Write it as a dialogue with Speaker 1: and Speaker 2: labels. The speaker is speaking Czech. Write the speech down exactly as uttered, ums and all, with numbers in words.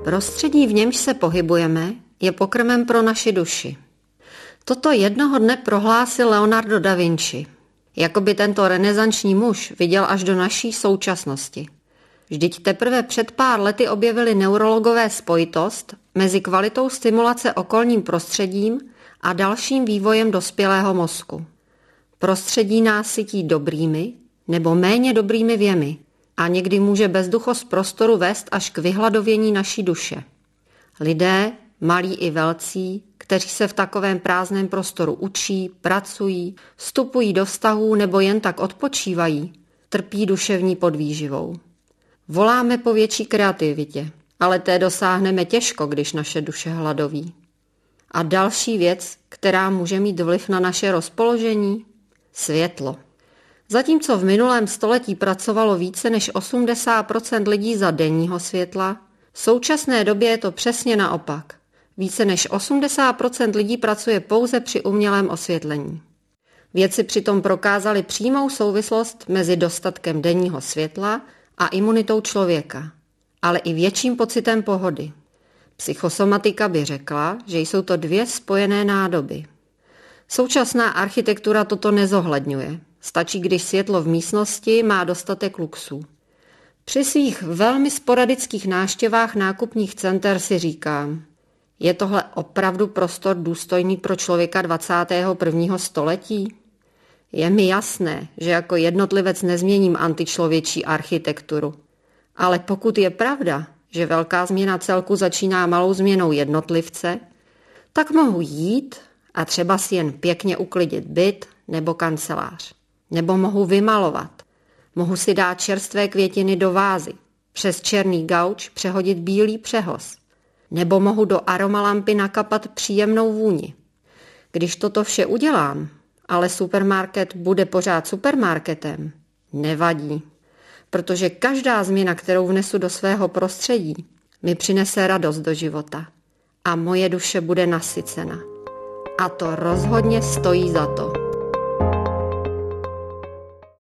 Speaker 1: Prostředí, v němž se pohybujeme, je pokrmem pro naši duši. Toto jednoho dne prohlásil Leonardo da Vinci. Jakoby tento renesanční muž viděl až do naší současnosti. Vždyť teprve před pár lety objevili neurologové spojitost mezi kvalitou stimulace okolním prostředím a dalším vývojem dospělého mozku. Prostředí nás sytí dobrými nebo méně dobrými věmi a někdy může bezduchost prostoru vést až k vyhladovění naší duše. Lidé, malí i velcí, kteří se v takovém prázdném prostoru učí, pracují, vstupují do vztahů nebo jen tak odpočívají, trpí duševní podvýživou. Voláme po větší kreativitě, ale té dosáhneme těžko, když naše duše hladoví. A další věc, která může mít vliv na naše rozpoložení? Světlo. Zatímco v minulém století pracovalo více než osmdesát procent lidí za denního světla, v současné době je to přesně naopak. Více než osmdesát procent lidí pracuje pouze při umělém osvětlení. Vědci přitom prokázali přímou souvislost mezi dostatkem denního světla a imunitou člověka, ale i větším pocitem pohody. Psychosomatika by řekla, že jsou to dvě spojené nádoby. Současná architektura toto nezohledňuje. Stačí, když světlo v místnosti má dostatek luxů. Při svých velmi sporadických návštěvách nákupních center si říkám, je tohle opravdu prostor důstojný pro člověka dvacátého prvního století? Je mi jasné, že jako jednotlivec nezměním antičlověčí architekturu. Ale pokud je pravda, že velká změna celku začíná malou změnou jednotlivce, tak mohu jít a třeba si jen pěkně uklidit byt nebo kancelář. Nebo mohu vymalovat. Mohu si dát čerstvé květiny do vázy, přes černý gauč přehodit bílý přehoz. Nebo mohu do aromalampy nakapat příjemnou vůni. Když toto vše udělám, ale supermarket bude pořád supermarketem, nevadí. Protože každá změna, kterou vnesu do svého prostředí, mi přinese radost do života. A moje duše bude nasycena. A to rozhodně stojí za to.